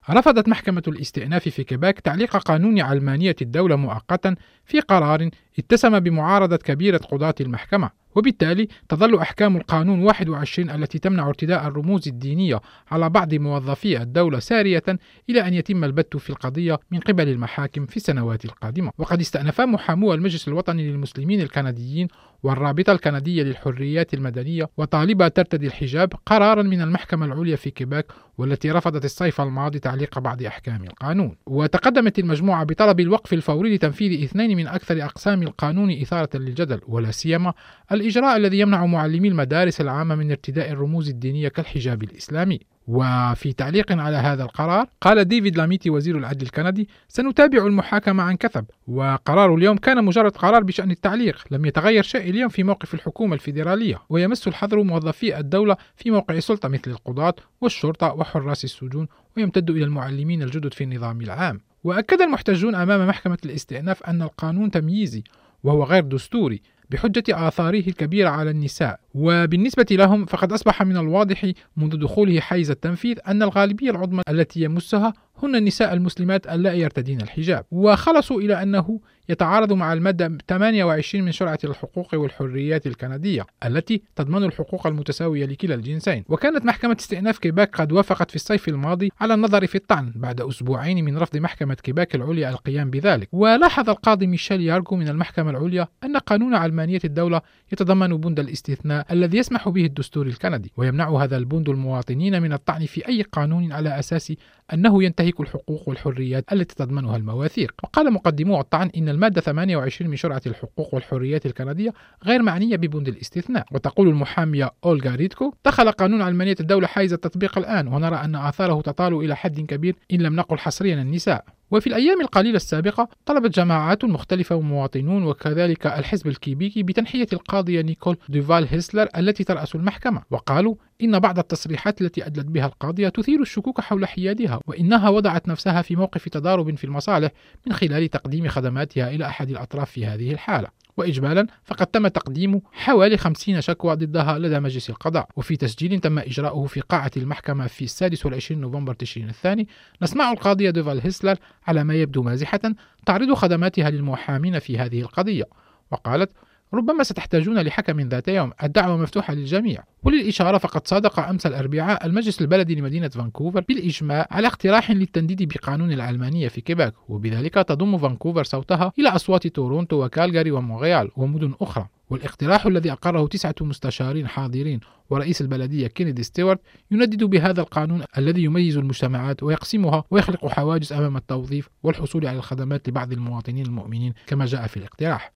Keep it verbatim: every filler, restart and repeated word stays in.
رفضت محكمة الاستئناف في كيباك تعليق قانون علمانية الدولة مؤقتا في قرار اتسم بمعارضة كبيرة قضاة المحكمة، وبالتالي تظل أحكام القانون واحد وعشرين التي تمنع ارتداء الرموز الدينية على بعض موظفي الدولة سارية إلى أن يتم البت في القضية من قبل المحاكم في السنوات القادمة. وقد استأنفا محامو المجلس الوطني للمسلمين الكنديين والرابطة الكندية للحريات المدنية وطالبة ترتدي الحجاب قرارا من المحكمة العليا في كيباك، والتي رفضت الصيف الماضي تعليق بعض أحكام القانون. وتقدمت المجموعة بطلب الوقف الفوري لتنفيذ اثنين من أكثر أقسام القانون إثارة للجدل، ولا سيما الإجراء الذي يمنع معلمي المدارس العامة من ارتداء الرموز الدينية كالحجاب الإسلامي. وفي تعليق على هذا القرار قال ديفيد لاميتي وزير العدل الكندي: سنتابع المحاكمة عن كثب، وقرار اليوم كان مجرد قرار بشأن التعليق، لم يتغير شيء اليوم في موقف الحكومة الفيدرالية، ويمس الحظر موظفي الدولة في موقع السلطة مثل القضاة والشرطة وحراس السجون، ويمتد إلى المعلمين الجدد في النظام العام. وأكد المحتجون أمام محكمة الاستئناف أن القانون تمييزي وهو غير دستوري بحجة آثاره الكبيرة على النساء، وبالنسبة لهم فقد أصبح من الواضح منذ دخوله حيز التنفيذ أن الغالبية العظمى التي يمسها هن النساء المسلمات اللائي يرتدين الحجاب. وخلصوا إلى أنه يتعارض مع المادة ثمانية وعشرين من شرعة الحقوق والحريات الكندية التي تضمن الحقوق المتساوية لكلا الجنسين. وكانت محكمة استئناف كيباك قد وافقت في الصيف الماضي على النظر في الطعن بعد أسبوعين من رفض محكمة كيباك العليا القيام بذلك. ولاحظ القاضي ميشيل يارغو من المحكمة العليا أن قانون علمانية الدولة يتضمن بند الاستثناء الذي يسمح به الدستور الكندي، ويمنع هذا البند المواطنين من الطعن في أي قانون على أساس أنه ينتهك الحقوق والحريات التي تضمنها المواثيق. وقال مقدمو الطعن إن المادة ثمانية وعشرين من شرعة الحقوق والحريات الكندية غير معنية ببند الاستثناء. وتقول المحامية أولغا ريتكو: دخل قانون علمانية الدولة حيز التطبيق الآن، ونرى أن آثاره تطال إلى حد كبير إن لم نقل حصريا النساء. وفي الأيام القليلة السابقة طلبت جماعات مختلفة ومواطنون وكذلك الحزب الكيبيكي بتنحية القاضية نيكول دوفال هيسلر التي ترأس المحكمة، وقالوا إن بعض التصريحات التي أدلت بها القاضية تثير الشكوك حول حيادها، وإنها وضعت نفسها في موقف تضارب في المصالح من خلال تقديم خدماتها إلى أحد الأطراف في هذه الحالة. وإجمالا فقد تم تقديم حوالي خمسين شكوى ضدها لدى مجلس القضاء. وفي تسجيل تم إجراؤه في قاعة المحكمة في السادس والعشرين نوفمبر تشرين الثاني، نسمع القاضية دوفال هيسلر على ما يبدو مازحة تعرض خدماتها للمحامين في هذه القضية، وقالت: ربما ستحتاجون لحكم ذات يوم، الدعوة مفتوحة للجميع. وللإشارة فقد صادق أمس الأربعاء المجلس البلدي لمدينة فانكوفر بالإجماع على اقتراح للتنديد بقانون العلمانية في كيباك، وبذلك تضم فانكوفر صوتها إلى أصوات تورونتو وكالغاري ومونغيال ومدن أخرى. والاقتراح الذي أقره تسعة مستشارين حاضرين ورئيس البلدية كينيدي ستيوارت يندد بهذا القانون الذي يميز المجتمعات ويقسمها ويخلق حواجز أمام التوظيف والحصول على الخدمات لبعض المواطنين المؤمنين كما جاء في الاقتراح.